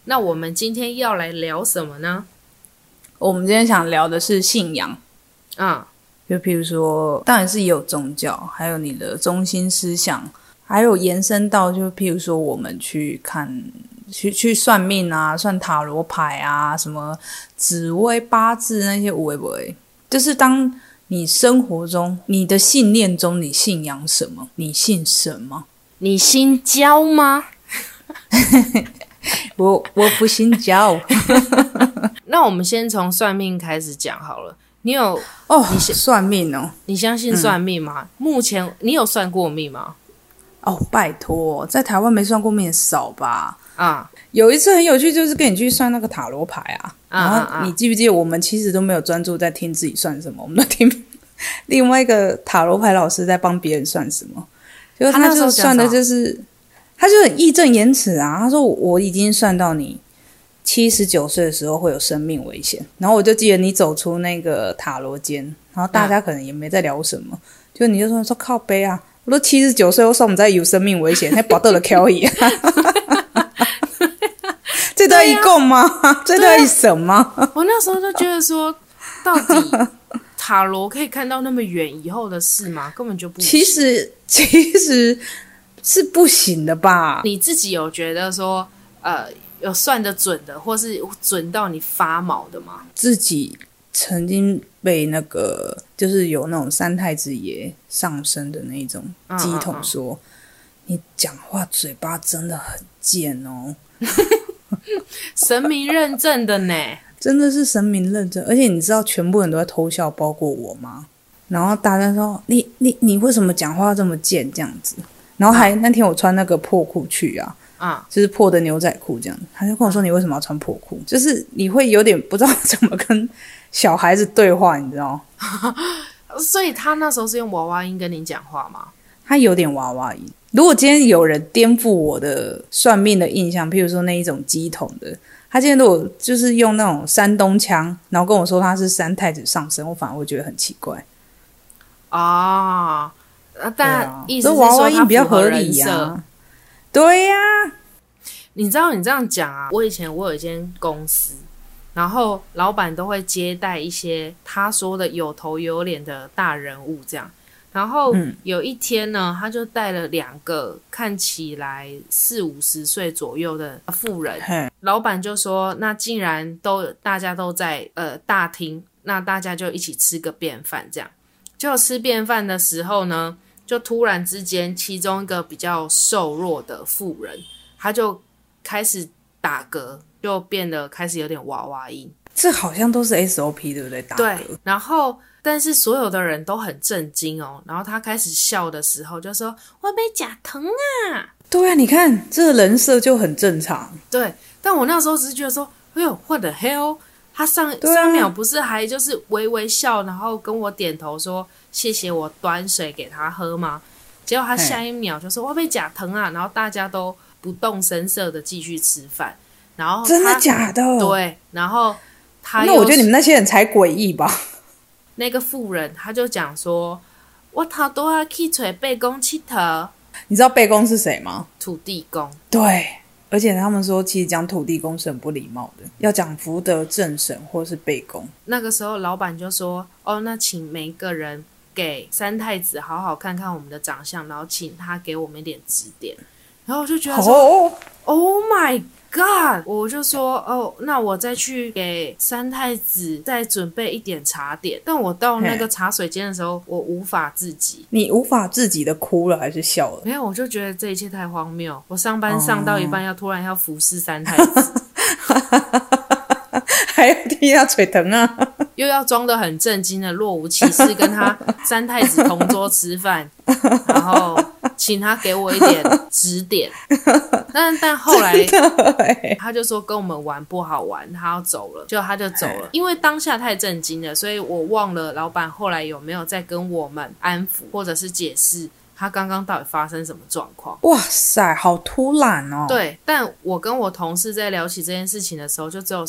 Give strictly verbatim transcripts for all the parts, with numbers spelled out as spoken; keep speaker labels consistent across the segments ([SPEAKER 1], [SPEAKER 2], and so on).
[SPEAKER 1] 那我们今天要来聊什么呢？
[SPEAKER 2] 我们今天想聊的是信仰
[SPEAKER 1] 啊、嗯，
[SPEAKER 2] 就譬如说当然是也有宗教，还有你的中心思想，还有延伸到就譬如说我们去看去去算命啊，算塔罗牌啊，什么紫微八字那些有的没的，就是当你生活中你的信念中你信仰什么，你信什么？
[SPEAKER 1] 你信教吗？
[SPEAKER 2] 我我不信教。
[SPEAKER 1] 那我们先从算命开始讲好了。你有
[SPEAKER 2] 哦，
[SPEAKER 1] 你
[SPEAKER 2] 算命哦？
[SPEAKER 1] 你相信算命吗？嗯、目前你有算过命吗？
[SPEAKER 2] 哦，拜托，在台湾没算过命少吧？
[SPEAKER 1] 啊，
[SPEAKER 2] 有一次很有趣，就是跟你去算那个塔罗牌啊。
[SPEAKER 1] 啊
[SPEAKER 2] 然后你记不记得，我们其实都没有专注在听自己算什么，我们都听另外一个塔罗牌老师在帮别人算什么。结果他就算的就是，他就很义正言辞啊。他说我已经算到你七十九岁的时候会有生命危险，然后我就记得你走出那个塔罗间，然后大家可能也没在聊什么，嗯、就你就说说靠北啊，我都七十九岁，我说我们在有生命危险，还保得了 Q 一，这都要一共吗？啊、这都要一什么？
[SPEAKER 1] 我那时候就觉得说，到底塔罗可以看到那么远以后的事吗？根本就不行。
[SPEAKER 2] 其实其实是不行的吧？
[SPEAKER 1] 你自己有觉得说，呃？有算得准的，或是准到你发毛的吗？
[SPEAKER 2] 自己曾经被那个就是有那种三太子爷上身的那种乩童说、嗯嗯嗯、你讲话嘴巴真的很贱哦。
[SPEAKER 1] 神明认证的呢，
[SPEAKER 2] 真的是神明认证，而且你知道全部人都在偷笑包括我吗？然后大家说你你你为什么讲话这么贱这样子，然后还、啊、那天我穿那个破裤去啊啊，就是破的牛仔裤这样，他就跟我说你为什么要穿破裤？就是你会有点不知道怎么跟小孩子对话，你知道？
[SPEAKER 1] 所以他那时候是用娃娃音跟你讲话吗？
[SPEAKER 2] 他有点娃娃音。如果今天有人颠覆我的算命的印象，譬如说那一种乩童的，他今天如果就是用那种山东腔，然后跟我说他是三太子上身，我反而会觉得很奇怪。
[SPEAKER 1] 啊，但意思是
[SPEAKER 2] 说娃娃音比较合理呀、啊。对呀、啊，
[SPEAKER 1] 你知道你这样讲啊，我以前我有一间公司，然后老板都会接待一些他说的有头有脸的大人物这样，然后有一天呢，他就带了两个看起来四五十岁左右的妇人，老板就说那既然都大家都在呃大厅，那大家就一起吃个便饭这样。就吃便饭的时候呢，就突然之间其中一个比较瘦弱的妇人，他就开始打嗝，就变得开始有点娃娃音。
[SPEAKER 2] 这好像都是 S O P 对不对？打嗝。
[SPEAKER 1] 对，然后但是所有的人都很震惊哦，然后他开始笑的时候就说我被假疼啊。
[SPEAKER 2] 对啊，你看这人设就很正常。
[SPEAKER 1] 对，但我那时候只是觉得说哎呦 what the hell，他上、啊、上秒不是还就是微微笑，然后跟我点头说谢谢我端水给他喝吗？结果他下一秒就说我被假疼啊，然后大家都不动声色的继续吃饭。然后
[SPEAKER 2] 真的假的？
[SPEAKER 1] 对，然后他
[SPEAKER 2] 那我觉得你们那些人才诡异吧。
[SPEAKER 1] 那个妇人他就讲说我头都要去找伯公佚佗。
[SPEAKER 2] 你知道伯公是谁吗？
[SPEAKER 1] 土地公。
[SPEAKER 2] 对，而且他们说其实讲土地公是很不礼貌的，要讲福德正神或是伯公。
[SPEAKER 1] 那个时候老板就说哦，那请每一个人给三太子好好看看我们的长相，然后请他给我们一点指点。然后我就觉得说、oh. Oh my God， 我就说哦，那我再去给三太子再准备一点茶点。但我到那个茶水间的时候，我无法自己。
[SPEAKER 2] 你无法自己的哭了还是笑了？
[SPEAKER 1] 没有，我就觉得这一切太荒谬。我上班上到一半，要突然要服侍三太子，
[SPEAKER 2] 还要替他捶疼啊，
[SPEAKER 1] 又要装得很震惊的若无其事跟他三太子同桌吃饭，然后请他给我一点指点。但但后来他就说跟我们玩不好玩，他要走了，就他就走了。因为当下太震惊了，所以我忘了老板后来有没有再跟我们安抚或者是解释他刚刚到底发生什么状况。
[SPEAKER 2] 哇塞，好突然哦。
[SPEAKER 1] 对，但我跟我同事在聊起这件事情的时候，就只有说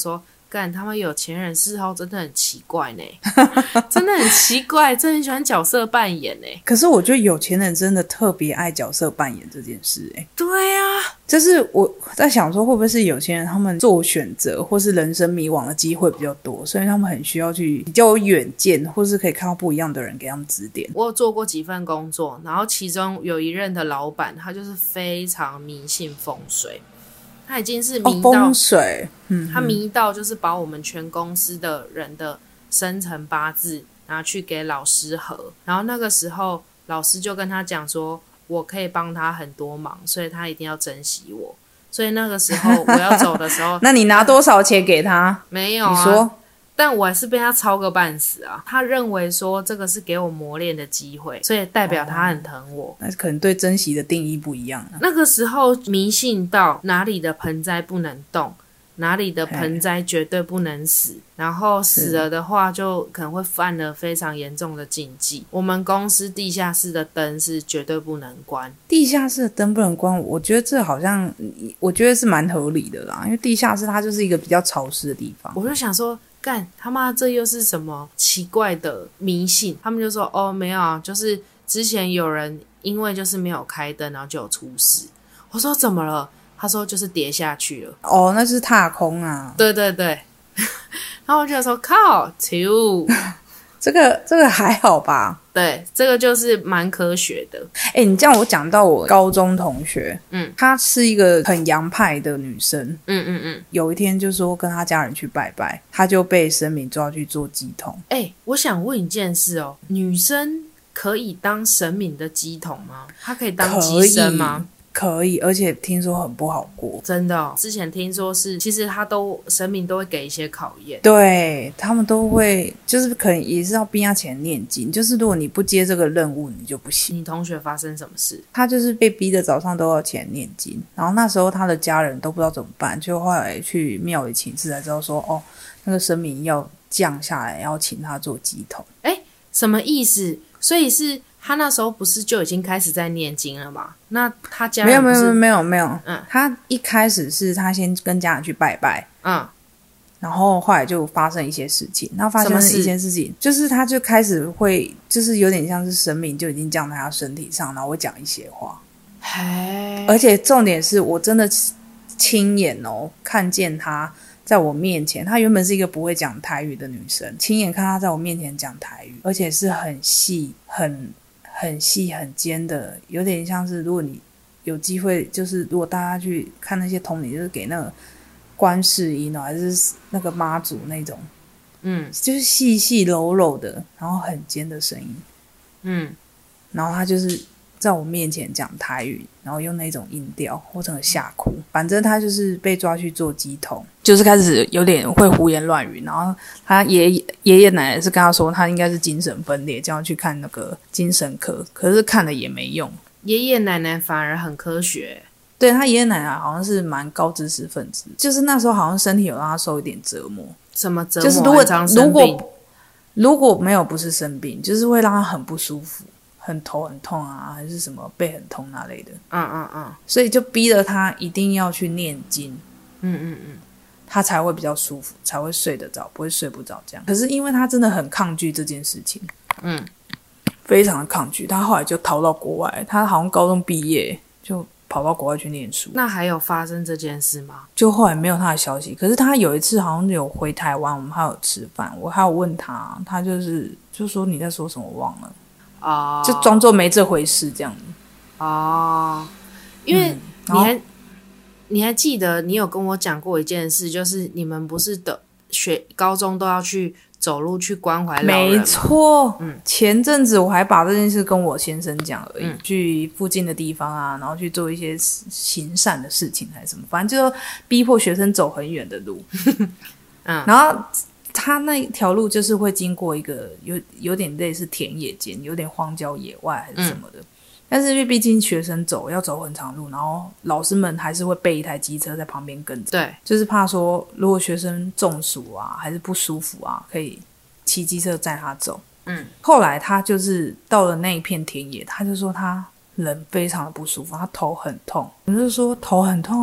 [SPEAKER 1] 干他们有钱人嗜好真的很奇怪呢，真的很奇怪，真的很喜欢角色扮演呢。
[SPEAKER 2] 可是我觉得有钱人真的特别爱角色扮演这件事哎。
[SPEAKER 1] 对啊，
[SPEAKER 2] 就是我在想说会不会是有钱人他们做选择或是人生迷惘的机会比较多，所以他们很需要去比较有远见，或是可以看到不一样的人给他们指点。
[SPEAKER 1] 我有做过几份工作，然后其中有一任的老板他就是非常迷信风水，他已经是迷到、哦、
[SPEAKER 2] 风水、嗯、
[SPEAKER 1] 他迷到就是把我们全公司的人的生辰八字拿去给老师合，然后那个时候老师就跟他讲说我可以帮他很多忙，所以他一定要珍惜我。所以那个时候我要走的时候
[SPEAKER 2] 那你拿多少钱给他？
[SPEAKER 1] 没有啊，
[SPEAKER 2] 你说，
[SPEAKER 1] 但我还是被他操个半死啊。他认为说这个是给我磨练的机会，所以代表他很疼我、哦、
[SPEAKER 2] 那可能对珍惜的定义不一样、啊、
[SPEAKER 1] 那个时候迷信到哪里的盆栽不能动，哪里的盆栽绝对不能死，然后死了的话就可能会犯了非常严重的禁忌。我们公司地下室的灯是绝对不能关，
[SPEAKER 2] 地下室的灯不能关，我觉得这好像我觉得是蛮合理的啦，因为地下室它就是一个比较潮湿的地方。
[SPEAKER 1] 我就想说干他妈这又是什么奇怪的迷信，他们就说哦没有啊，就是之前有人因为就是没有开灯然后就有出事。我说怎么了？他说就是跌下去了。
[SPEAKER 2] 哦，那是踏空啊。
[SPEAKER 1] 对对对然后我就说靠球
[SPEAKER 2] 这个这个还好吧。
[SPEAKER 1] 对，这个就是蛮科学的。
[SPEAKER 2] 哎、欸，你这样我讲到我高中同学，
[SPEAKER 1] 嗯，
[SPEAKER 2] 她是一个很洋派的女生，
[SPEAKER 1] 嗯嗯嗯，
[SPEAKER 2] 有一天就说跟她家人去拜拜，她就被神明抓去做乩童。
[SPEAKER 1] 哎、欸，我想问一件事哦，女生可以当神明的乩童吗？她可以当乩身吗？
[SPEAKER 2] 可以，而且听说很不好过。
[SPEAKER 1] 真的哦，之前听说是其实他都神明都会给一些考验，
[SPEAKER 2] 对，他们都会就是可能也是要逼他起来念经，就是如果你不接这个任务你就不行。
[SPEAKER 1] 你同学发生什么事？
[SPEAKER 2] 他就是被逼的早上都要起来念经，然后那时候他的家人都不知道怎么办，就后来去庙里请示才知道说哦，那个神明要降下来要请他做乩童。
[SPEAKER 1] 诶，什么意思？所以是他那时候不是就已经开始在念经了吗？那他家人不是
[SPEAKER 2] 没有没有没有没有，
[SPEAKER 1] 嗯，
[SPEAKER 2] 他一开始是他先跟家人去拜拜，
[SPEAKER 1] 嗯，
[SPEAKER 2] 然后后来就发生一些事情，然后发生一些事情，就是他就开始会，就是有点像是神明就已经降在他身体上，然后会讲一些话，
[SPEAKER 1] 嘿，
[SPEAKER 2] 而且重点是我真的亲眼哦看见他在我面前，她原本是一个不会讲台语的女生，亲眼看她在我面前讲台语，而且是很细很很细很尖的，有点像是如果你有机会，就是如果大家去看那些通灵，就是给那个观世音哦，还是那个妈祖那种，
[SPEAKER 1] 嗯，
[SPEAKER 2] 就是细细柔柔的，然后很尖的声音，
[SPEAKER 1] 嗯，
[SPEAKER 2] 然后她就是在我面前讲台语，然后用那种音调，我整个吓哭。反正他就是被抓去做乩童，就是开始有点会胡言乱语，然后他爷爷爷爷奶奶是跟他说他应该是精神分裂，叫他去看那个精神科，可是看了也没用。
[SPEAKER 1] 爷爷奶奶反而很科学。
[SPEAKER 2] 对，他爷爷奶奶好像是蛮高知识分子，就是那时候好像身体有让他受一点折磨。
[SPEAKER 1] 什么折磨？
[SPEAKER 2] 就是如果如果如果没有不是生病，就是会让他很不舒服，很头很痛啊，还是什么背很痛那类的。
[SPEAKER 1] 嗯嗯嗯，
[SPEAKER 2] 所以就逼了他一定要去念经。
[SPEAKER 1] 嗯嗯嗯，
[SPEAKER 2] 他才会比较舒服，才会睡得着，不会睡不着这样。可是因为他真的很抗拒这件事情，
[SPEAKER 1] 嗯，
[SPEAKER 2] 非常的抗拒，他后来就逃到国外，他好像高中毕业就跑到国外去念书。
[SPEAKER 1] 那还有发生这件事吗？
[SPEAKER 2] 就后来没有他的消息，可是他有一次好像有回台湾，我们还有吃饭，我还有问他，他就是就说你在说什么忘了，
[SPEAKER 1] 哦，
[SPEAKER 2] 就装作没这回事这样子。
[SPEAKER 1] 哦，因为
[SPEAKER 2] 嗯、
[SPEAKER 1] 你还你还记得你有跟我讲过一件事，就是你们不是的学高中都要去走路去关怀老人吗？
[SPEAKER 2] 没错，
[SPEAKER 1] 嗯，
[SPEAKER 2] 前阵子我还把这件事跟我先生讲而已，
[SPEAKER 1] 嗯，
[SPEAKER 2] 去附近的地方啊，然后去做一些行善的事情还是什么，反正就逼迫学生走很远的路。
[SPEAKER 1] 嗯，
[SPEAKER 2] 然后他那条路就是会经过一个有有点类似田野间，有点荒郊野外还是什么的。嗯，但是因为毕竟学生走要走很长路，然后老师们还是会备一台机车在旁边跟着，
[SPEAKER 1] 对，
[SPEAKER 2] 就是怕说如果学生中暑啊还是不舒服啊，可以骑机车载他走。
[SPEAKER 1] 嗯，
[SPEAKER 2] 后来他就是到了那一片田野，他就说他人非常的不舒服，他头很痛。我就说头很痛，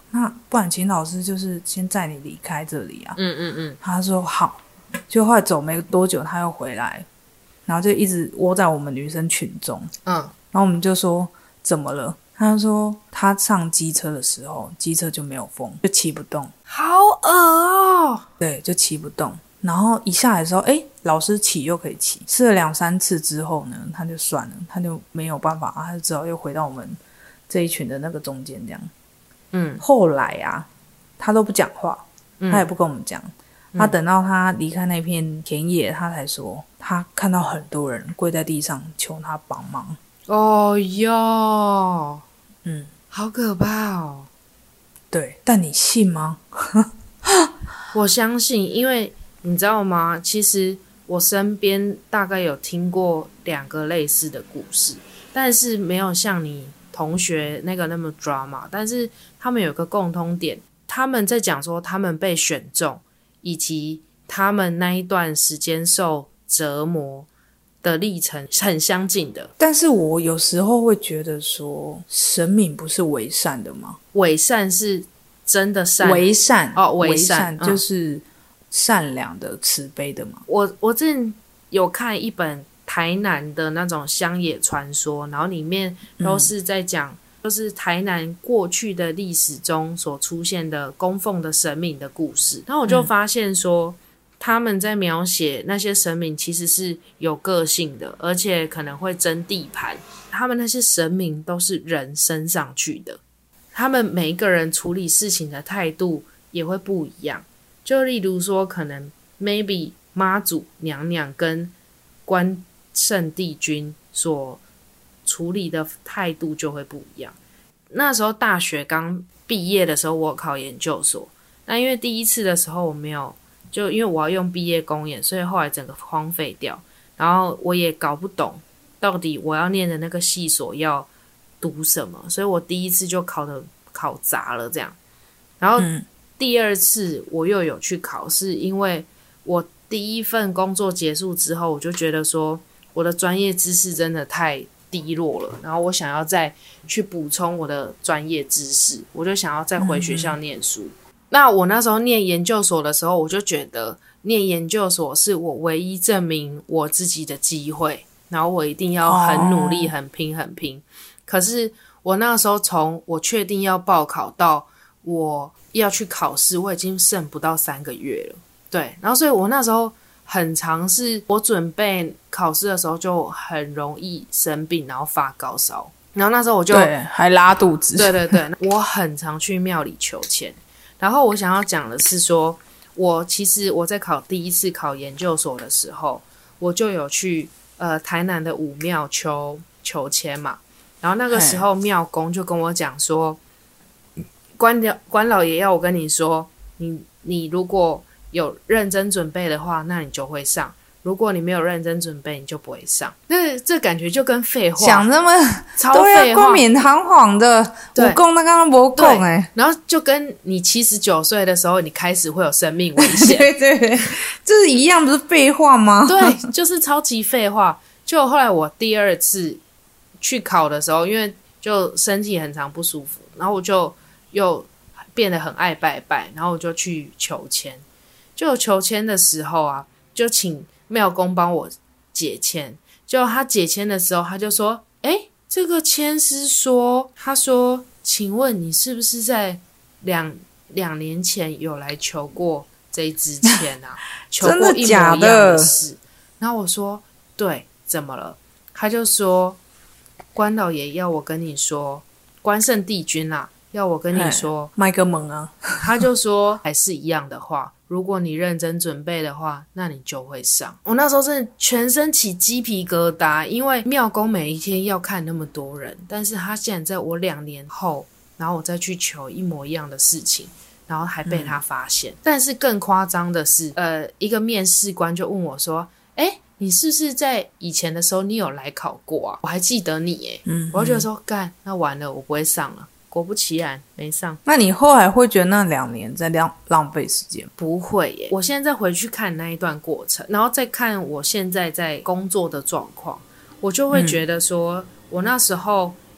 [SPEAKER 2] 那不然请老师就是先载你离开这里啊。
[SPEAKER 1] 嗯嗯嗯，
[SPEAKER 2] 他说好，就后来走没多久他又回来，然后就一直窝在我们女生群中。
[SPEAKER 1] 嗯，
[SPEAKER 2] 然后我们就说怎么了？他就说他上机车的时候，机车就没有风，就骑不动。
[SPEAKER 1] 好恶哦。
[SPEAKER 2] 对，就骑不动。然后一下来的时候，哎，老师骑又可以骑。试了两三次之后呢，他就算了，他就没有办法，他就只好又回到我们这一群的那个中间这样。
[SPEAKER 1] 嗯，
[SPEAKER 2] 后来啊，他都不讲话，他也不跟我们讲。嗯、他等到他离开那片田野，他才说他看到很多人跪在地上求他帮忙。
[SPEAKER 1] 哦哟，
[SPEAKER 2] 嗯，
[SPEAKER 1] 好可怕哦。
[SPEAKER 2] 对，但你信吗？
[SPEAKER 1] 我相信，因为你知道吗？其实我身边大概有听过两个类似的故事，但是没有像你同学那个那么 drama。但是他们有个共通点，他们在讲说他们被选中，以及他们那一段时间受折磨的历程很相近的。
[SPEAKER 2] 但是我有时候会觉得说，神明不是伪善的吗？
[SPEAKER 1] 伪善是真的善，
[SPEAKER 2] 伪善
[SPEAKER 1] 哦，伪善
[SPEAKER 2] 就是善良的、慈悲的嘛。
[SPEAKER 1] 我我之前有看一本台南的那种乡野传说，然后里面都是在讲、嗯、就是台南过去的历史中所出现的供奉的神明的故事。然后我就发现说、嗯、他们在描写那些神明其实是有个性的，而且可能会争地盘。他们那些神明都是人升上去的，他们每一个人处理事情的态度也会不一样。就例如说，可能 maybe 妈祖娘娘跟关圣帝君所处理的态度就会不一样。那时候大学刚毕业的时候，我有考研究所，那因为第一次的时候我没有，就因为我要用毕业公演，所以后来整个荒废掉，然后我也搞不懂到底我要念的那个系所要读什么，所以我第一次就考的考砸了这样。然后第二次我又有去考试，因为我第一份工作结束之后，我就觉得说我的专业知识真的太低落了，然后我想要再去补充我的专业知识，我就想要再回学校念书、嗯、那我那时候念研究所的时候，我就觉得念研究所是我唯一证明我自己的机会，然后我一定要很努力、哦、很拼很拼。可是我那时候从我确定要报考到我要去考试，我已经剩不到三个月了。对，然后所以我那时候很常是我准备考试的时候就很容易生病，然后发高烧，然后那时候我就
[SPEAKER 2] 对还拉肚子。
[SPEAKER 1] 对对对，我很常去庙里求签。然后我想要讲的是说，我其实我在考第一次考研究所的时候，我就有去呃台南的武庙求求签嘛。然后那个时候庙公就跟我讲说，关关老爷要我跟你说，你你如果有认真准备的话，那你就会上；如果你没有认真准备，你就不会上。那这感觉就跟废话
[SPEAKER 2] 讲那么
[SPEAKER 1] 超废话，
[SPEAKER 2] 冠冕堂皇的，我讲那刚刚没讲哎。
[SPEAKER 1] 然后就跟你七十九岁的时候，你开始会有生命危险，
[SPEAKER 2] 对对对，这是一样，不是废话吗？
[SPEAKER 1] 对，就是超级废话。就后来我第二次去考的时候，因为就身体很常不舒服，然后我就又变得很爱拜拜，然后我就去求签。就求签的时候啊，就请庙公帮我解签。就他解签的时候，他就说：“诶，这个签师说，他说，请问你是不是在两两年前有来求过这一支签啊？求过一模一样的事。”然后我说：“对，怎么了？”他就说：“关老爷要我跟你说，关圣帝君啊，要我跟你说，
[SPEAKER 2] 卖个萌啊。”
[SPEAKER 1] 他就说还是一样的话，如果你认真准备的话，那你就会上。我那时候真的全身起鸡皮疙瘩，因为庙公每一天要看那么多人，但是他现在在我两年后，然后我再去求一模一样的事情，然后还被他发现、嗯、但是更夸张的是呃，一个面试官就问我说，诶，你是不是在以前的时候你有来考过啊？我还记得你耶。嗯，我就觉得说干，那完了，我不会上了。果不其然没上。
[SPEAKER 2] 那你后来会觉得那两年在浪浪费时间？
[SPEAKER 1] 不会耶，我现在回去看那一段过程，然后再看我现在在工作的状况，我就会觉得说、嗯、我那时候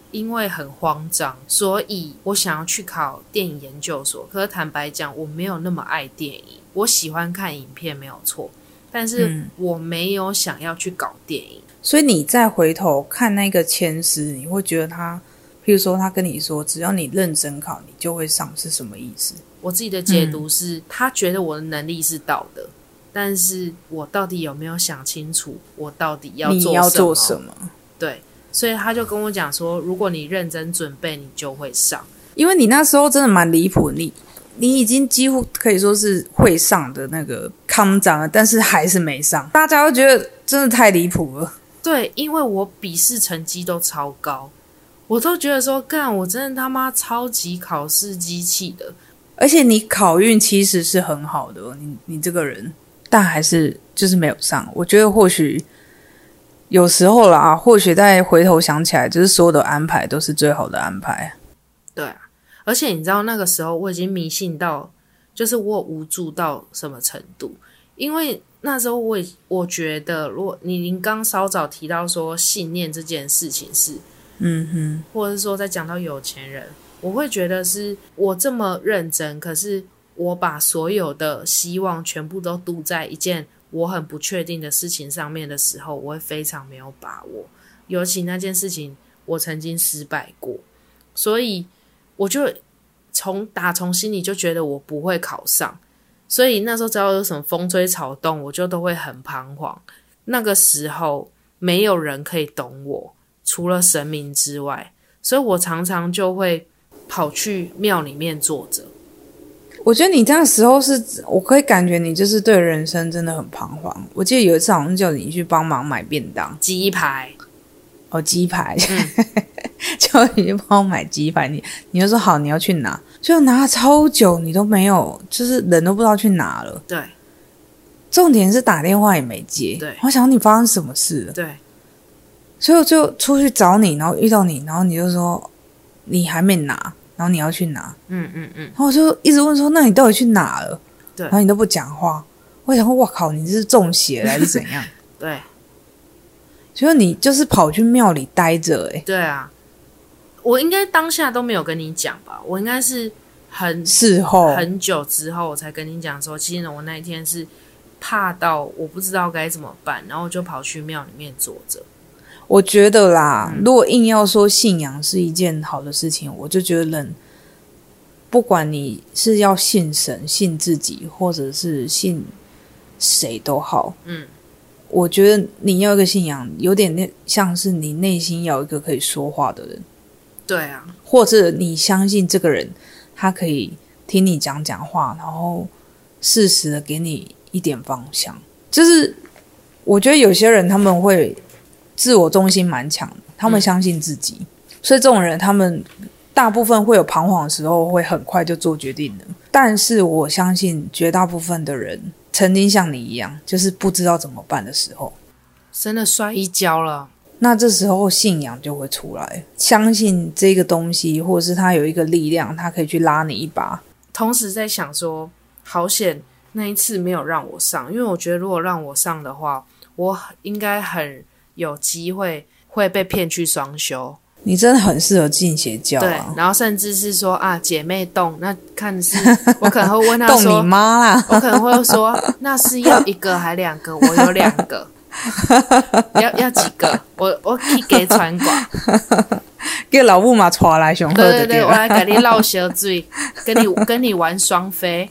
[SPEAKER 1] 因为很慌张，所以我想要去考电影研究所。可是坦白讲，我没有那么爱电影，我喜欢看影片没有错，但是我没有想要去搞电影。嗯、
[SPEAKER 2] 所以你再回头看那个签诗，你会觉得他，譬如说他跟你说，只要你认真考，你就会上，是什么意思？
[SPEAKER 1] 我自己的解读是，嗯、他觉得我的能力是到的，但是我到底有没有想清楚，我到底要做什么？你要做什么？对。所以他就跟我讲说，如果你认真准备，你就会上。
[SPEAKER 2] 因为你那时候真的蛮离谱，你你已经几乎可以说是会上的那个康长了，但是还是没上，大家都觉得真的太离谱了。
[SPEAKER 1] 对，因为我笔试成绩都超高，我都觉得说，干，我真的他妈超级考试机器的。
[SPEAKER 2] 而且你考运其实是很好的，你你这个人，但还是就是没有上。我觉得或许。有时候啦，或许再回头想起来，就是所有的安排都是最好的安排。
[SPEAKER 1] 对啊，而且你知道那个时候我已经迷信到，就是我有无助到什么程度？因为那时候我也我觉得，如果你您刚稍早提到说信念这件事情是，嗯哼，或者是说在讲到有钱人，我会觉得是我这么认真，可是我把所有的希望全部都赌在一件我很不确定的事情上面的时候，我会非常没有把握。尤其那件事情我曾经失败过，所以我就从打从心里就觉得我不会考上。所以那时候只要有什么风吹草动，我就都会很彷徨。那个时候没有人可以懂我，除了神明之外，所以我常常就会跑去庙里面坐着。
[SPEAKER 2] 我觉得你这样的时候是，我可以感觉你就是对人生真的很彷徨。我记得有一次好像叫你去帮忙买便当，
[SPEAKER 1] 鸡排，
[SPEAKER 2] 哦，鸡排，嗯、叫你去帮我买鸡排，你你就说好，你要去拿，就拿了超久，你都没有，就是人都不知道去哪了。
[SPEAKER 1] 对，
[SPEAKER 2] 重点是打电话也没接。
[SPEAKER 1] 对，
[SPEAKER 2] 我想你发生什么事了？
[SPEAKER 1] 对，
[SPEAKER 2] 所以我就出去找你，然后遇到你，然后你就说你还没拿。然后你要去拿，
[SPEAKER 1] 嗯嗯嗯，
[SPEAKER 2] 然后我就一直问说，那你到底去哪了？
[SPEAKER 1] 对，
[SPEAKER 2] 然后你都不讲话，我想说，哇靠，你是中邪了还是怎样？
[SPEAKER 1] 对，
[SPEAKER 2] 结果你就是跑去庙里待着，欸，
[SPEAKER 1] 对啊，我应该当下都没有跟你讲吧？我应该是很
[SPEAKER 2] 事后
[SPEAKER 1] 很久之后我才跟你讲说，其实我那一天是怕到我不知道该怎么办，然后我就跑去庙里面坐着。
[SPEAKER 2] 我觉得啦，如果硬要说信仰是一件好的事情，我就觉得人不管你是要信神、信自己，或者是信谁都好，嗯，我觉得你要一个信仰，有点像是你内心要一个可以说话的人，
[SPEAKER 1] 对啊，
[SPEAKER 2] 或者你相信这个人，他可以听你讲讲话，然后适时的给你一点方向。就是我觉得有些人他们会自我中心蛮强的，他们相信自己，嗯、所以这种人他们大部分会有彷徨的时候，会很快就做决定的。但是我相信绝大部分的人曾经像你一样，就是不知道怎么办的时候，
[SPEAKER 1] 真的摔一跤了。
[SPEAKER 2] 那这时候信仰就会出来，相信这个东西，或者是他有一个力量，他可以去拉你一把。
[SPEAKER 1] 同时在想说，好险那一次没有让我上，因为我觉得如果让我上的话，我应该很有机会会被骗去双修。
[SPEAKER 2] 你真的很适合进邪教啊！
[SPEAKER 1] 对，然后甚至是说啊，姐妹洞，那看是我可能会问他说，
[SPEAKER 2] 洞你妈啦！
[SPEAKER 1] 我可能会说，那是要一个还两个？我有两个，要要几个？我我可以给传管，
[SPEAKER 2] 给老母嘛带来上好的。
[SPEAKER 1] 对对对，我来给你绕小嘴，跟你跟你玩双飞，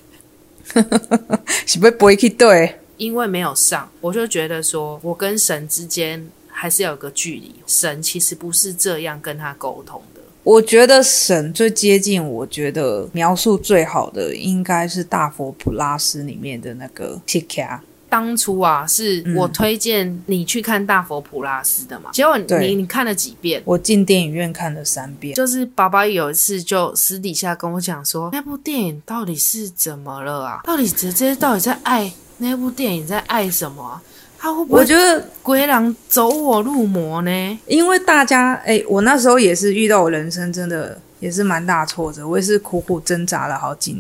[SPEAKER 2] 是要飞去对？
[SPEAKER 1] 因为没有上，我就觉得说我跟神之间还是要有个距离，神其实不是这样跟他沟通的。
[SPEAKER 2] 我觉得神最接近，我觉得描述最好的应该是大佛普拉斯里面的那个切卡。
[SPEAKER 1] 当初啊，是我推荐你去看大佛普拉斯的嘛，结果你你看了几遍？
[SPEAKER 2] 我进电影院看了三遍。
[SPEAKER 1] 就是爸爸有一次就私底下跟我讲说，那部电影到底是怎么了啊？到底姐姐到底在爱那部电影在爱什么啊？他会不会？我觉得鬼狼走火入魔呢？
[SPEAKER 2] 因为大家，哎，我那时候也是遇到我人生真的也是蛮大挫折，我也是苦苦挣扎了好几年。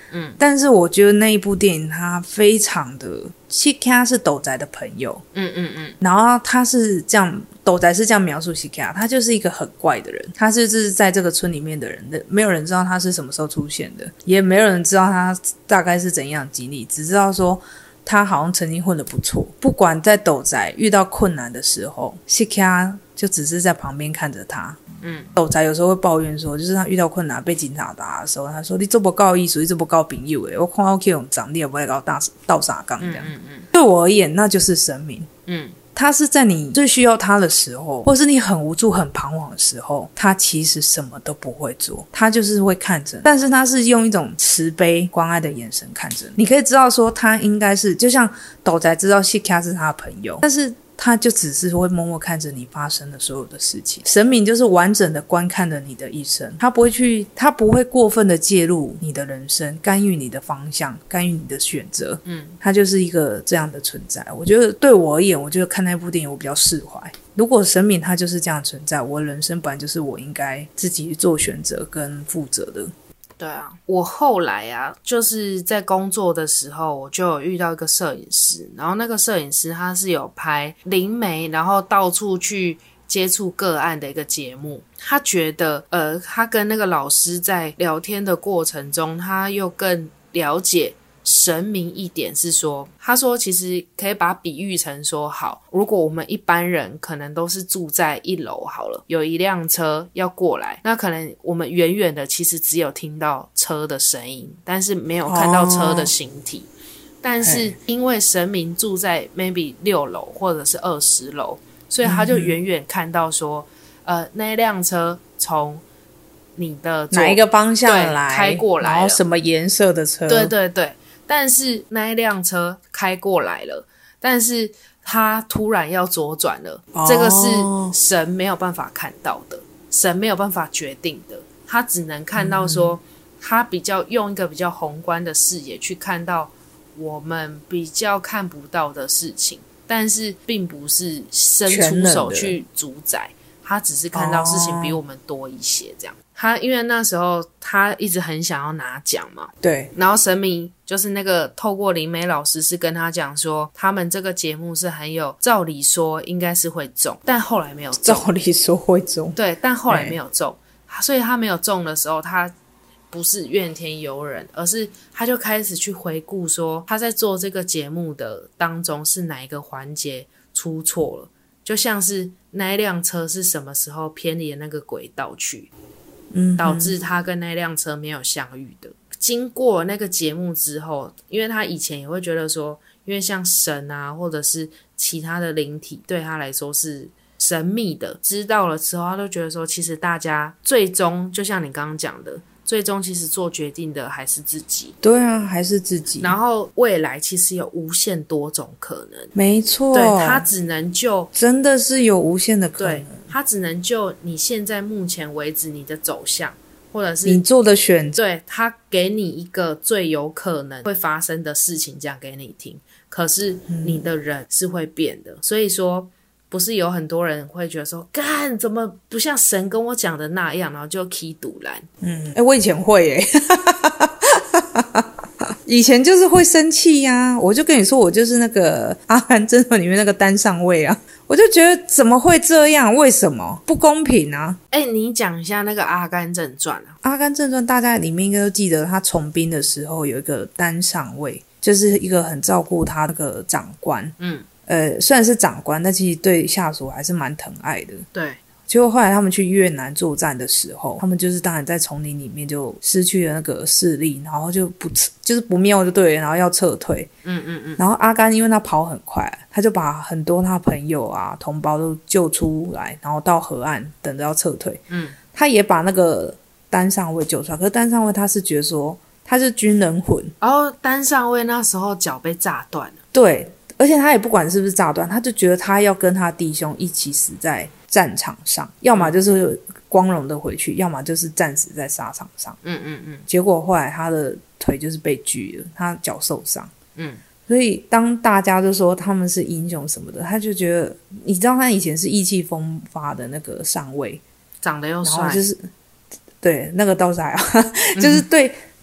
[SPEAKER 2] 嗯，但是我觉得那一部电影它非常的，西卡是斗宅的朋友，
[SPEAKER 1] 嗯嗯嗯，
[SPEAKER 2] 然后他是这样，斗宅是这样描述西卡，他就是一个很怪的人，他是就是在这个村里面的人的，没有人知道他是什么时候出现的，也没有人知道他大概是怎样的经历，只知道说他好像曾经混得不错，不管在斗宅遇到困难的时候，西卡就只是在旁边看着他。嗯，斗宅有时候会抱怨说，就是他遇到困难被警察打的时候，他说：“你这不告艺术，你这不告朋友诶，我看到这种长，你也不会搞大倒傻杠这样。嗯”嗯嗯，对我而言，那就是神明。嗯，他是在你最需要他的时候，或是你很无助、很彷徨的时候，他其实什么都不会做，他就是会看着，但是他是用一种慈悲、关爱的眼神看着你。你可以知道说，他应该是就像斗宅知道西卡是他的朋友，但是他就只是会默默看着你发生的所有的事情。神明就是完整的观看着你的一生，他不会去，他不会过分的介入你的人生，干预你的方向，干预你的选择。嗯，他就是一个这样的存在。我觉得对我而言，我觉得看那部电影我比较释怀。如果神明他就是这样存在，我的人生本来就是我应该自己做选择跟负责的。
[SPEAKER 1] 对啊，我后来啊，就是在工作的时候，我就有遇到一个摄影师，然后那个摄影师他是有拍灵媒，然后到处去接触个案的一个节目。他觉得，呃，他跟那个老师在聊天的过程中，他又更了解神明一点，是说，他说其实可以把它比喻成说，好，如果我们一般人可能都是住在一楼好了，有一辆车要过来，那可能我们远远的其实只有听到车的声音，但是没有看到车的形体。哦，但是因为神明住在 maybe 六楼或者是二十楼，所以他就远远看到说，嗯、呃，那辆车从你的
[SPEAKER 2] 哪一个方向来
[SPEAKER 1] 开过来了，
[SPEAKER 2] 然后什么颜色的车？
[SPEAKER 1] 对对对。但是那一辆车开过来了，但是他突然要左转了，哦，这个是神没有办法看到的，神没有办法决定的，他只能看到说，嗯，他比较用一个比较宏观的视野去看到我们比较看不到的事情，但是并不是伸出手去主宰，他只是看到事情比我们多一些这样。哦，他因为那时候他一直很想要拿奖嘛，
[SPEAKER 2] 对，
[SPEAKER 1] 然后神明就是那个透过灵媒老师是跟他讲说，他们这个节目是很有照理说应该是会中，但后来没有中。
[SPEAKER 2] 照理说会中，
[SPEAKER 1] 对，但后来没有中，所以他没有中的时候，他不是怨天尤人，而是他就开始去回顾说，他在做这个节目的当中是哪一个环节出错了，就像是那一辆车是什么时候偏离那个轨道去，嗯，导致他跟那辆车没有相遇的。经过那个节目之后，因为他以前也会觉得说，因为像神啊或者是其他的灵体对他来说是神秘的，知道了之后他就觉得说，其实大家最终就像你刚刚讲的，最终其实做决定的还是自己。
[SPEAKER 2] 对啊，还是自己。
[SPEAKER 1] 然后未来其实有无限多种可能。
[SPEAKER 2] 没错，
[SPEAKER 1] 对，他只能就
[SPEAKER 2] 真的是有无限的可能。
[SPEAKER 1] 对，他只能就你现在目前为止你的走向，或者是
[SPEAKER 2] 你做的选择，
[SPEAKER 1] 对，他给你一个最有可能会发生的事情讲给你听。可是你的人是会变的，嗯，所以说不是有很多人会觉得说，干怎么不像神跟我讲的那样，然后就起赌烂。
[SPEAKER 2] 嗯，哎、欸，我以前会耶、欸，以前就是会生气呀、啊。我就跟你说，我就是那个《阿甘正传》里面那个单上尉啊，我就觉得怎么会这样？为什么不公平啊？
[SPEAKER 1] 哎、欸，你讲一下那个《阿甘正传》啊，《
[SPEAKER 2] 阿甘正传》大家里面应该都记得，他从兵的时候有一个单上尉，就是一个很照顾他那个长官，嗯。呃，虽然是长官，但其实对下属还是蛮疼爱的。
[SPEAKER 1] 对，
[SPEAKER 2] 结果后来他们去越南作战的时候，他们就是当然在丛林里面就失去了那个视力，然后就不就是不妙就对了，然后要撤退。嗯嗯嗯。然后阿甘因为他跑很快，他就把很多他朋友啊同胞都救出来，然后到河岸等着要撤退。嗯。他也把那个单上尉救出来，可是单上尉他是觉得说他是军人魂，
[SPEAKER 1] 然后单上尉那时候脚被炸断了。
[SPEAKER 2] 对。而且他也不管是不是炸断，他就觉得他要跟他弟兄一起死在战场上，要么就是光荣的回去，要么就是战死在沙场上。嗯嗯嗯。结果后来他的腿就是被锯了，他脚受伤。嗯。所以当大家就说他们是英雄什么的，他就觉得，你知道他以前是意气风发的那个上尉，
[SPEAKER 1] 长得又帅，
[SPEAKER 2] 然后就是对那个倒是还好，就是对。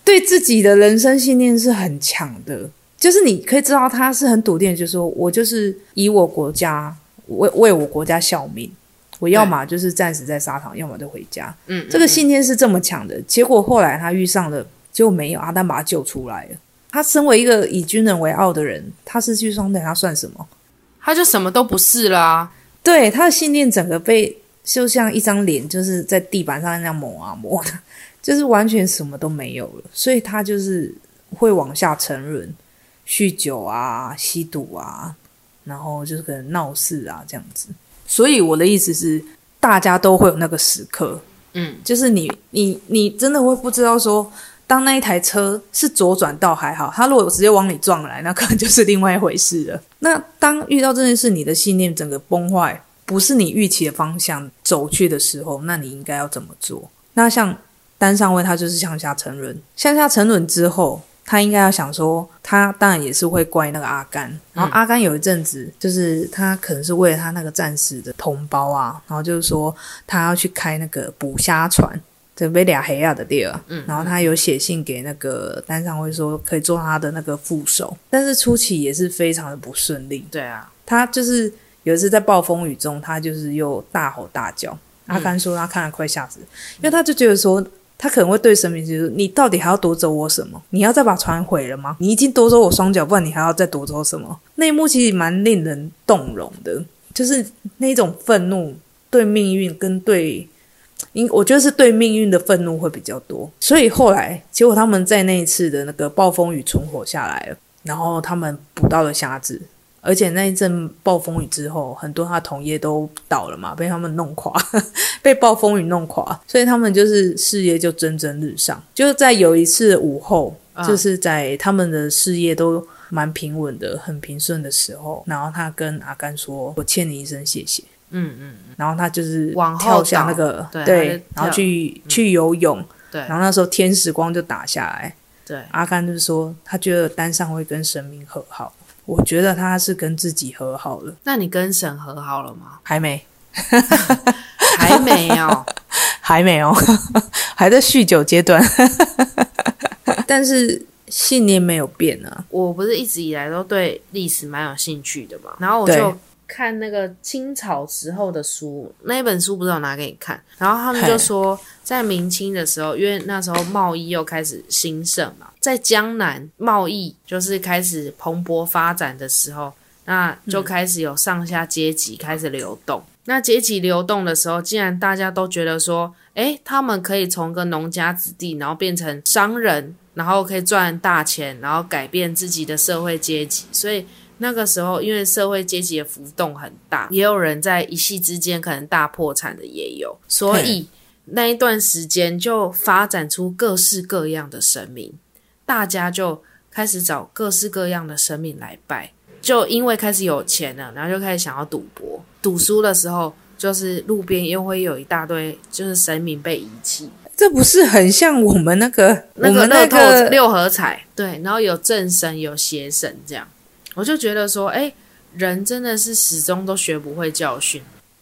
[SPEAKER 2] 对自己的人生信念是很强的，就是你可以知道他是很笃定的，就是说我就是以我国家为为我国家效命，我要么就是战死在沙场，要么就回家。嗯，这个信念是这么强的。结果后来他遇上了，结果没有，阿丹把他救出来了。他身为一个以军人为傲的人，他失去双腿，他算什么？
[SPEAKER 1] 他就什么都不是了啊。
[SPEAKER 2] 对，他的信念整个被就像一张脸，就是在地板上那样磨啊磨的，就是完全什么都没有了。所以他就是会往下沉沦，酗酒啊，吸毒啊，然后就是可能闹事啊这样子。所以我的意思是，大家都会有那个时刻，嗯，就是你你你真的会不知道说，当那一台车是左转道还好，他如果直接往你撞来，那可能就是另外一回事了。那当遇到这件事，你的信念整个崩坏，不是你预期的方向走去的时候，那你应该要怎么做？那像单上尉他就是向下沉沦，向下沉沦之后，他应该要想说，他当然也是会怪那个阿甘，然后阿甘有一阵子就是他可能是为了他那个战死的同胞啊，然后就是说他要去开那个捕虾船，准备俩黑亚的地儿，嗯，然后他有写信给那个单上尉说可以做他的那个副手，但是初期也是非常的不顺利。
[SPEAKER 1] 对啊，
[SPEAKER 2] 他就是有一次在暴风雨中，他就是又大吼大叫，阿甘说他看了快吓死，因为他就觉得说他可能会对神明说，你到底还要夺走我什么？你要再把船毁了吗？你已经夺走我双脚，不然你还要再夺走什么？那一幕其实蛮令人动容的，就是那种愤怒，对命运跟对，我觉得是对命运的愤怒会比较多。所以后来结果他们在那一次的那个暴风雨存活下来了，然后他们捕到了虾子，而且那一阵暴风雨之后，很多他同业都倒了嘛，被他们弄垮被暴风雨弄垮，所以他们就是事业就蒸蒸日上。就是在有一次午后、嗯、就是在他们的事业都蛮平稳的很平顺的时候，然后他跟阿甘说我欠你一声谢谢。嗯嗯，然后他就是跳下那个对, 对，然后去、嗯、去游泳，对，然后那时候天使光就打下来，对，阿甘就是说他觉得单上会跟神明和好，我觉得他是跟自己和好了。
[SPEAKER 1] 那你跟神和好了吗？
[SPEAKER 2] 还没
[SPEAKER 1] 还没有
[SPEAKER 2] 还没有还在酗酒阶段但是信念没有变啊。
[SPEAKER 1] 我不是一直以来都对历史蛮有兴趣的嘛，然后我就看那个清朝时候的书，那一本书不是有拿给你看，然后他们就说在明清的时候，因为那时候贸易又开始兴盛嘛，在江南贸易就是开始蓬勃发展的时候，那就开始有上下阶级开始流动、嗯、那阶级流动的时候，既然大家都觉得说诶他们可以从个农家子弟然后变成商人，然后可以赚大钱，然后改变自己的社会阶级，所以那个时候因为社会阶级的浮动很大，也有人在一夕之间可能大破产的也有，所以那一段时间就发展出各式各样的神明，大家就开始找各式各样的神明来拜，就因为开始有钱了，然后就开始想要赌博，赌输的时候就是路边又会有一大堆就是神明被遗弃。
[SPEAKER 2] 这不是很像我们那个
[SPEAKER 1] 那个
[SPEAKER 2] 我们那
[SPEAKER 1] 个六合彩？对，然后有正神有邪神这样，我就觉得说诶人真的是始终都学不会教训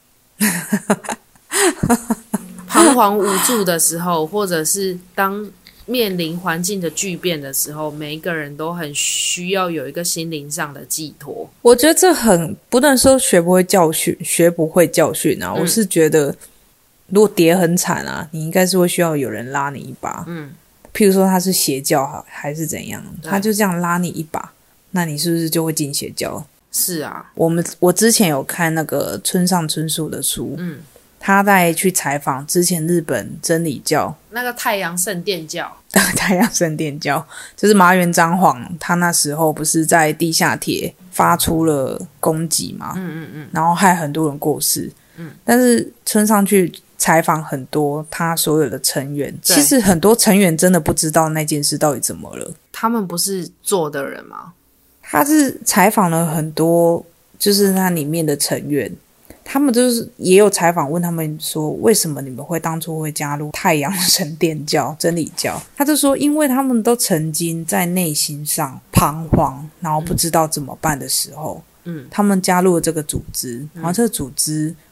[SPEAKER 1] 彷徨无助的时候，或者是当面临环境的巨变的时候，每一个人都很需要有一个心灵上的寄托。
[SPEAKER 2] 我觉得这很不能说学不会教训，学不会教训啊、嗯、我是觉得如果跌很惨啊，你应该是会需要有人拉你一把。嗯，譬如说他是邪教还是怎样，他就这样拉你一把，那你是不是就会进邪教？
[SPEAKER 1] 是啊，
[SPEAKER 2] 我们我之前有看那个村上春树的书，嗯，他在去采访之前日本真理教
[SPEAKER 1] 那个太阳圣殿教
[SPEAKER 2] 太阳圣殿教就是麻原彰晃，他那时候不是在地下铁发出了攻击嘛，嗯嗯嗯，然后害很多人过世，嗯，但是村上去采访很多他所有的成员，其实很多成员真的不知道那件事到底怎么了。
[SPEAKER 1] 他们不是做的人吗？
[SPEAKER 2] 他是采访了很多就是他里面的成员，他们就是也有采访问他们说为什么你们会当初会加入太阳神殿教真理教，他就说因为他们都曾经在内心上彷徨，然后不知道怎么办的时候，嗯，他们加入了这个组织，然后这个组织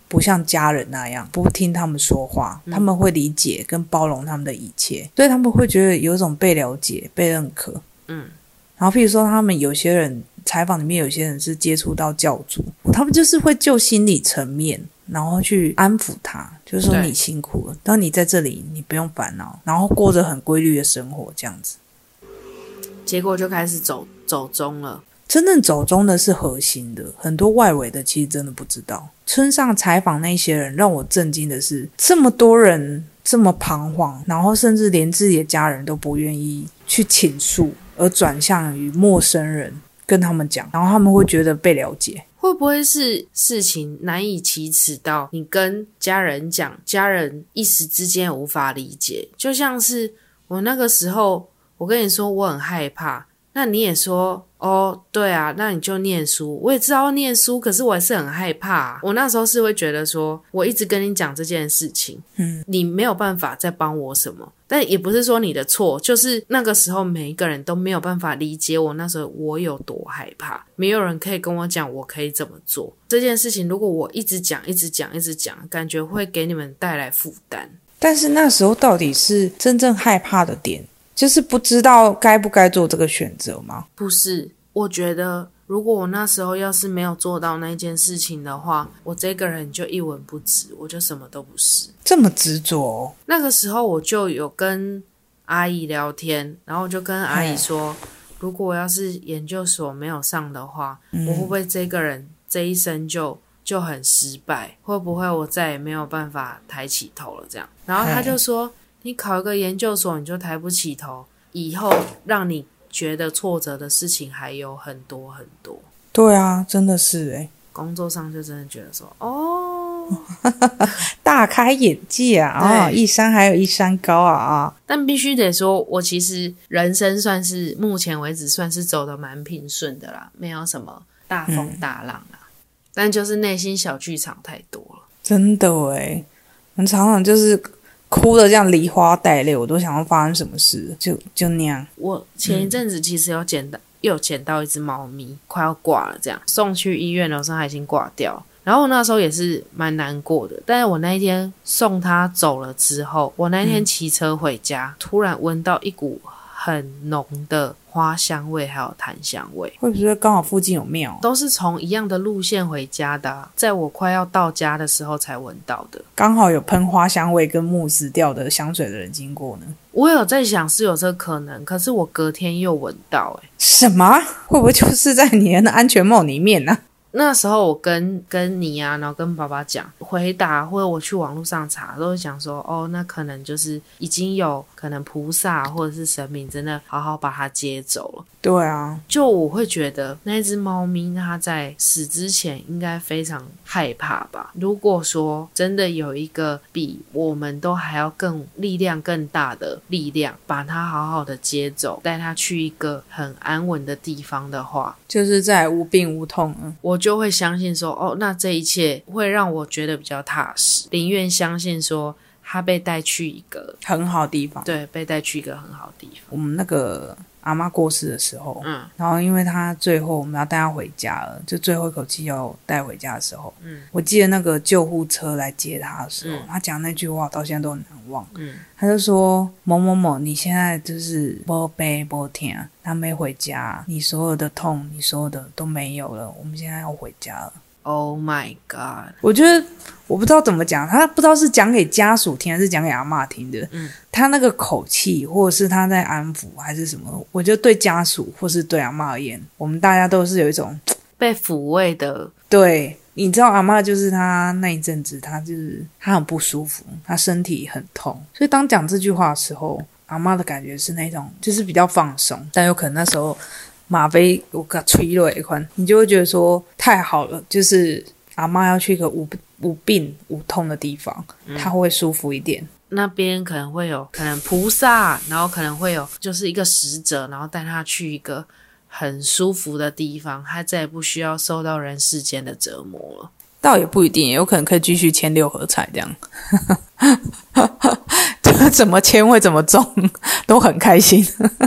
[SPEAKER 2] 不像家人那样不听他们说话，他们会理解跟包容他们的一切，所以他们会觉得有一种被了解被认可。嗯，然后譬如说他们有些人采访里面有些人是接触到教主，他们就是会就心理层面然后去安抚他，就是说你辛苦了，当你在这里你不用烦恼，然后过着很规律的生活这样子。
[SPEAKER 1] 结果就开始走走中了。
[SPEAKER 2] 真正走中的是核心的，很多外围的其实真的不知道。村上采访那些人让我震惊的是，这么多人这么彷徨，然后甚至连自己的家人都不愿意去倾诉，而转向于陌生人跟他们讲，然后他们会觉得被了解。
[SPEAKER 1] 会不会是事情难以启齿到你跟家人讲，家人一时之间无法理解？就像是我那个时候我跟你说我很害怕，那你也说哦对啊，那你就念书，我也知道念书，可是我还是很害怕啊。我那时候是会觉得说我一直跟你讲这件事情，嗯，你没有办法再帮我什么，但也不是说你的错，就是那个时候每一个人都没有办法理解我那时候我有多害怕，没有人可以跟我讲我可以怎么做这件事情。如果我一直讲一直讲一直讲，感觉会给你们带来负担。
[SPEAKER 2] 但是那时候到底是真正害怕的点，就是不知道该不该做这个选择吗？
[SPEAKER 1] 不是，我觉得如果我那时候要是没有做到那件事情的话，我这个人就一文不值，我就什么都不是。
[SPEAKER 2] 这么执着哦。
[SPEAKER 1] 那个时候我就有跟阿姨聊天，然后我就跟阿姨说，如果我要是研究所没有上的话，嗯，我会不会这个人这一生就就很失败，会不会我再也没有办法抬起头了这样。然后他就说，你考一个研究所你就抬不起头，以后让你觉得挫折的事情还有很多很多。
[SPEAKER 2] 对啊，真的是耶。
[SPEAKER 1] 工作上就真的觉得说哦
[SPEAKER 2] 大开眼界啊，啊，一山还有一山高啊啊！
[SPEAKER 1] 但必须得说，我其实人生算是目前为止算是走得蛮平顺的啦，没有什么大风大浪啦，嗯，但就是内心小剧场太多了。
[SPEAKER 2] 真的耶，我们常常就是哭的这样梨花带泪，我都想要发生什么事，就就那样。
[SPEAKER 1] 我前一阵子其实有捡到，嗯，又捡到一只猫咪，快要挂了，这样送去医院的时候它已经挂掉。然后我那时候也是蛮难过的，但是我那一天送它走了之后，我那一天骑车回家，嗯，突然闻到一股很浓的花香味还有檀香味。
[SPEAKER 2] 会不会刚好附近有庙？
[SPEAKER 1] 都是从一样的路线回家的，啊，在我快要到家的时候才闻到的。
[SPEAKER 2] 刚好有喷花香味跟慕斯调的香水的人经过呢。
[SPEAKER 1] 我有在想是有这个可能，可是我隔天又闻到。欸，
[SPEAKER 2] 什么？会不会就是在你的安全帽里面呢？啊？
[SPEAKER 1] 那时候我跟跟你啊，然后跟爸爸讲回答，或者我去网络上查，都会讲说哦，那可能就是已经有可能菩萨或者是神明真的好好把它接走了。
[SPEAKER 2] 对啊，
[SPEAKER 1] 就我会觉得那只猫咪它在死之前应该非常害怕吧。如果说真的有一个比我们都还要更力量更大的力量把它好好的接走，带它去一个很安稳的地方的话，
[SPEAKER 2] 就是在无病无痛了，
[SPEAKER 1] 我就会相信说哦，那这一切会让我觉得比较踏实，宁愿相信说它被带去一个
[SPEAKER 2] 很好的地方。
[SPEAKER 1] 对，被带去一个很好的地方。
[SPEAKER 2] 我们那个阿嬷过世的时候，
[SPEAKER 1] 嗯，
[SPEAKER 2] 然后因为她最后我们要带她回家了，就最后一口气要带回家的时候，嗯，我记得那个救护车来接她的时候，嗯，她讲那句话到现在都很难忘，嗯，她就说某某某，你现在就是没悲没痛，她没回家，你所有的痛，你所有的都没有了，我们现在要回家了。
[SPEAKER 1] Oh my god！
[SPEAKER 2] 我觉得我不知道怎么讲，他不知道是讲给家属听还是讲给阿嬷听的。嗯，他那个口气，或者是他在安抚还是什么，我觉得对家属或是对阿嬷而言，我们大家都是有一种
[SPEAKER 1] 被抚慰的。
[SPEAKER 2] 对，你知道阿嬷就是他那一阵子，他就是他很不舒服，他身体很痛，所以当讲这句话的时候，阿嬷的感觉是那种就是比较放松，但有可能那时候吗啡我给他吹了一款，你就会觉得说太好了，就是阿嬷要去一个无无病无痛的地方，她会舒服一点。
[SPEAKER 1] 那边可能会有可能菩萨，然后可能会有就是一个使者，然后带她去一个很舒服的地方，她再也不需要受到人世间的折磨了。
[SPEAKER 2] 倒也不一定，有可能可以继续签六合彩这样怎么签会怎么中都很开心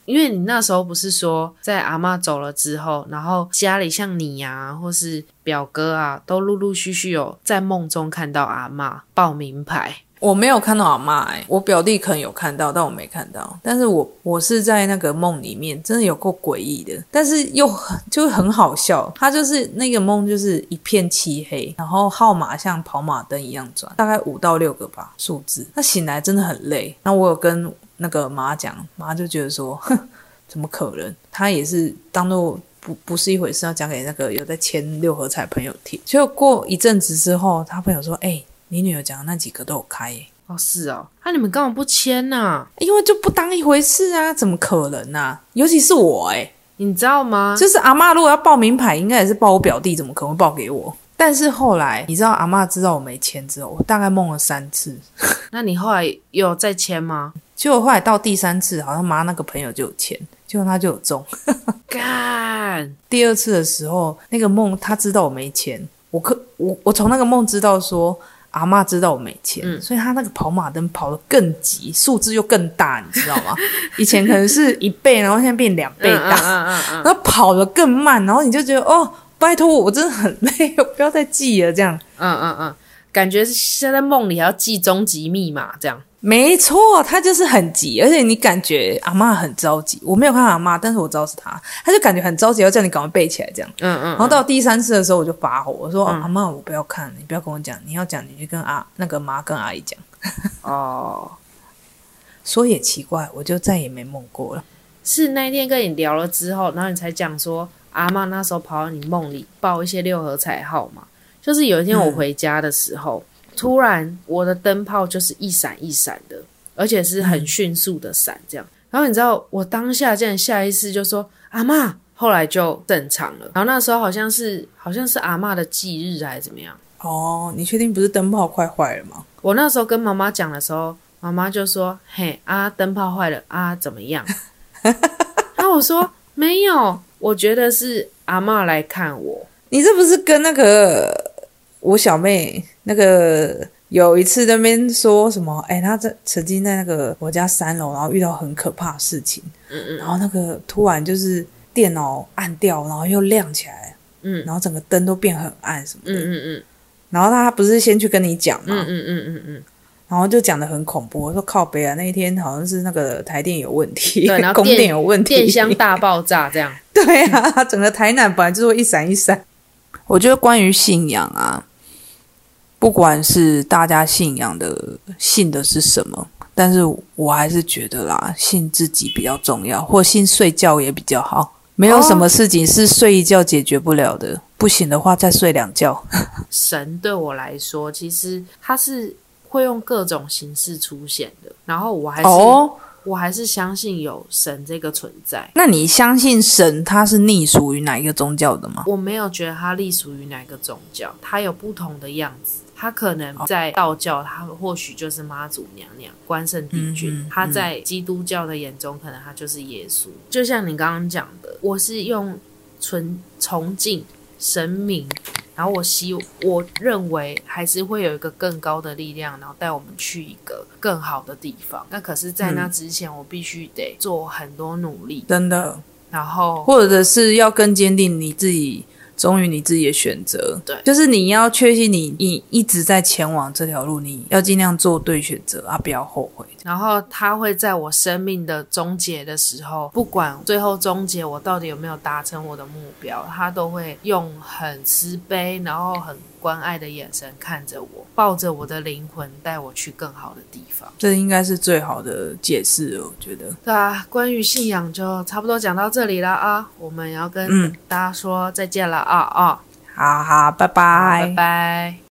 [SPEAKER 1] 因为你那时候不是说在阿嬷走了之后，然后家里像你啊或是表哥啊都陆陆续续有在梦中看到阿嬷报名牌。
[SPEAKER 2] 我没有看到阿嬷欸，我表弟可能有看到，但我没看到。但是我我是在那个梦里面，真的有够诡异的，但是又很就很好笑。他就是那个梦就是一片漆黑，然后号码像跑马灯一样转，大概五到六个吧数字。他醒来真的很累。那我有跟那个妈讲，妈就觉得说，哼，怎么可能？他也是当作不不是一回事，要讲给那个有在签六合彩朋友听。结果过一阵子之后，他朋友说，哎、欸。你女儿讲的那几个都有开耶。
[SPEAKER 1] 哦，是哦，那、啊、你们干嘛不签啊？
[SPEAKER 2] 因为就不当一回事啊，怎么可能啊？尤其是我哎，
[SPEAKER 1] 你知道吗？
[SPEAKER 2] 就是阿嬷如果要报名牌，应该也是报我表弟，怎么可能会报给我？但是后来你知道阿嬷知道我没签之后，我大概梦了三次。
[SPEAKER 1] 那你后来有再签吗？
[SPEAKER 2] 结果后来到第三次，好像妈那个朋友就有签，结果他就有中。
[SPEAKER 1] 干！
[SPEAKER 2] 第二次的时候，那个梦他知道我没签，我可我我从那个梦知道说。阿嬷知道我没钱、嗯、所以她那个跑马灯跑得更急，数字又更大，你知道吗？以前可能是一倍，然后现在变两倍大、嗯嗯嗯嗯、然后跑得更慢，然后你就觉得哦，拜托我真的很累，我不要再记了这样。
[SPEAKER 1] 嗯嗯嗯，感觉现在梦里还要记终极密码这样。
[SPEAKER 2] 没错，他就是很急，而且你感觉阿嬷很着急。我没有看到阿嬷，但是我知道是他，他就感觉很着急，要叫你赶快背起来这样。嗯 嗯, 嗯。然后到第三次的时候，我就发火，我说、嗯、阿嬷，我不要看，你不要跟我讲，你要讲你就跟阿那个妈跟阿姨讲。哦。说也奇怪，我就再也没梦过了。
[SPEAKER 1] 是那天跟你聊了之后，然后你才讲说阿嬷那时候跑到你梦里报一些六合彩号码，就是有一天我回家的时候。嗯突然我的灯泡就是一闪一闪的，而且是很迅速的闪这样、嗯、然后你知道我当下竟然下意识就说阿嬷，后来就正常了。然后那时候好像是好像是阿嬷的忌日还是怎么样。
[SPEAKER 2] 哦，你确定不是灯泡快坏了吗？
[SPEAKER 1] 我那时候跟妈妈讲的时候，妈妈就说嘿啊灯泡坏了啊怎么样。然后我说没有，我觉得是阿嬷来看我。
[SPEAKER 2] 你这不是跟那个我小妹那个有一次在那边说什么哎，她在曾经在那个我家三楼然后遇到很可怕的事情，嗯嗯，然后那个突然就是电脑暗掉，然后又亮起来，嗯，然后整个灯都变很暗什么的，嗯嗯嗯，然后她不是先去跟你讲吗？嗯嗯嗯嗯嗯，然后就讲得很恐怖，我说靠北啊，那一天好像是那个台电有问题，
[SPEAKER 1] 对，然后
[SPEAKER 2] 供电有问题，
[SPEAKER 1] 电箱大爆炸这样。
[SPEAKER 2] 对啊，整个台南本来就会一闪一闪。我觉得关于信仰啊，不管是大家信仰的信的是什么，但是我还是觉得啦，信自己比较重要，或信睡觉也比较好。没有什么事情是睡一觉解决不了的，不行的话再睡两觉。
[SPEAKER 1] 神对我来说，其实它是会用各种形式出现的，然后我还是、哦、我还是相信有神这个存在。
[SPEAKER 2] 那你相信神它是隶属于哪一个宗教的吗？
[SPEAKER 1] 我没有觉得它隶属于哪个宗教，它有不同的样子。他可能在道教他或许就是妈祖娘娘关圣帝君、嗯、他在基督教的眼中可能他就是耶稣。就像你刚刚讲的，我是用纯崇敬神明，然后我希我认为还是会有一个更高的力量，然后带我们去一个更好的地方。那可是在那之前、嗯、我必须得做很多努力，
[SPEAKER 2] 真的，
[SPEAKER 1] 然后
[SPEAKER 2] 或者是要更坚定你自己忠于你自己的选择。
[SPEAKER 1] 对，
[SPEAKER 2] 就是你要确信你你一直在前往这条路，你要尽量做对选择啊，不要后悔。
[SPEAKER 1] 然后他会在我生命的终结的时候，不管最后终结我到底有没有达成我的目标，他都会用很慈悲然后很关爱的眼神看着我，抱着我的灵魂带我去更好的地方。
[SPEAKER 2] 这应该是最好的解释了，我觉得。
[SPEAKER 1] 对啊，关于信仰就差不多讲到这里了啊，我们要跟大家说再见了、嗯、啊啊！
[SPEAKER 2] 好好，拜拜，
[SPEAKER 1] 拜拜。